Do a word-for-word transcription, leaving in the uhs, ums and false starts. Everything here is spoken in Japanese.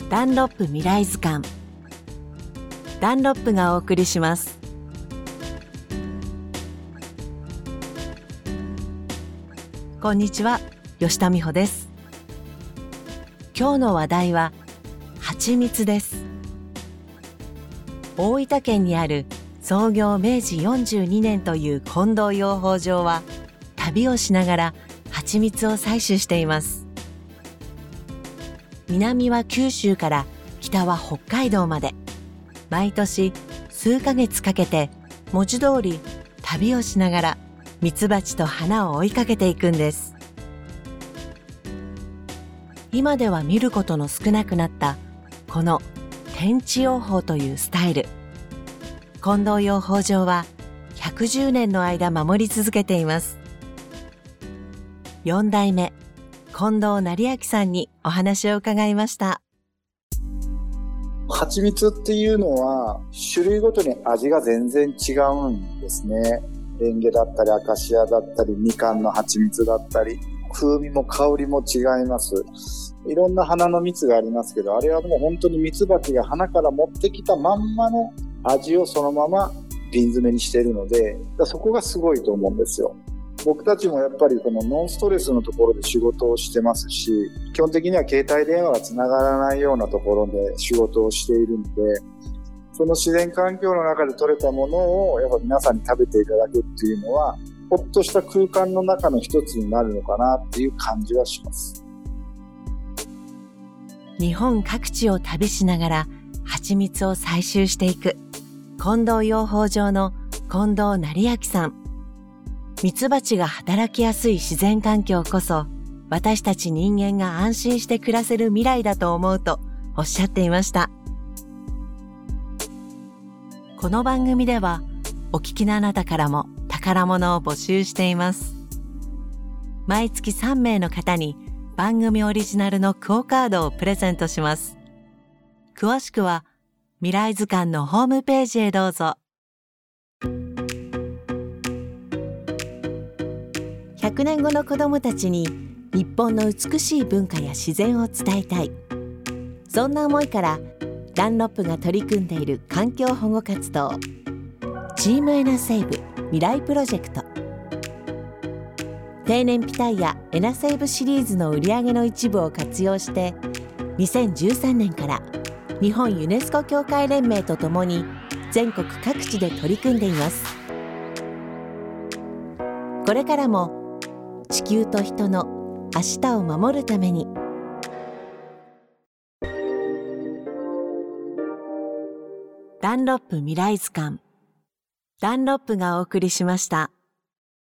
ダンロップ未来図鑑。ダンロップがお送りします。こんにちは、吉田美穂です。今日の話題は蜂蜜です。大分県にある創業めいじよんじゅうにねんという近藤養蜂場は、旅をしながら蜂蜜を採取しています。南は九州から北は北海道まで、毎年数ヶ月かけて文字通り旅をしながらミツバチと花を追いかけていくんです。今では見ることの少なくなったこの天地養蜂というスタイル、近藤養蜂場はひゃくじゅうねんの間守り続けています。よん代目近藤成明さんにお話を伺いました。 蜂蜜っていうのは種類ごとに味が全然違うんですね。レンゲだったりアカシアだったりみかんの蜂蜜だったり、風味も香りも違います。いろんな花の蜜がありますけど、あれはもう本当に蜜蜂が花から持ってきたまんまの味をそのまま瓶詰めにしているので、そこがすごいと思うんですよ。僕たちもやっぱりこのノンストレスのところで仕事をしてますし、基本的には携帯電話がつながらないようなところで仕事をしているので、その自然環境の中で採れたものをやっぱ皆さんに食べていただくっていうのは、ほっとした空間の中の一つになるのかなっていう感じはします。 日本各地を旅しながら蜂蜜を採集していく近藤養蜂場の近藤成明さん。ミツバチが働きやすい自然環境こそ、私たち人間が安心して暮らせる未来だと思うとおっしゃっていました。この番組ではお聞きのあなたからも宝物を募集しています。毎月さん名の方に番組オリジナルのクオカードをプレゼントします。詳しくは未来図鑑のホームページへどうぞ。ひゃくねんごの子どもたちに日本の美しい文化や自然を伝えたい。そんな思いからダンロップが取り組んでいる環境保護活動、チームエナセーブ未来プロジェクト。低燃費タイヤエナセーブシリーズの売り上げの一部を活用して、にせんじゅうさんねんから日本ユネスコ協会連盟とともに全国各地で取り組んでいます。これからも地球と人の明日を守るために。ダンロップ未来図鑑。ダンロップがお送りしました。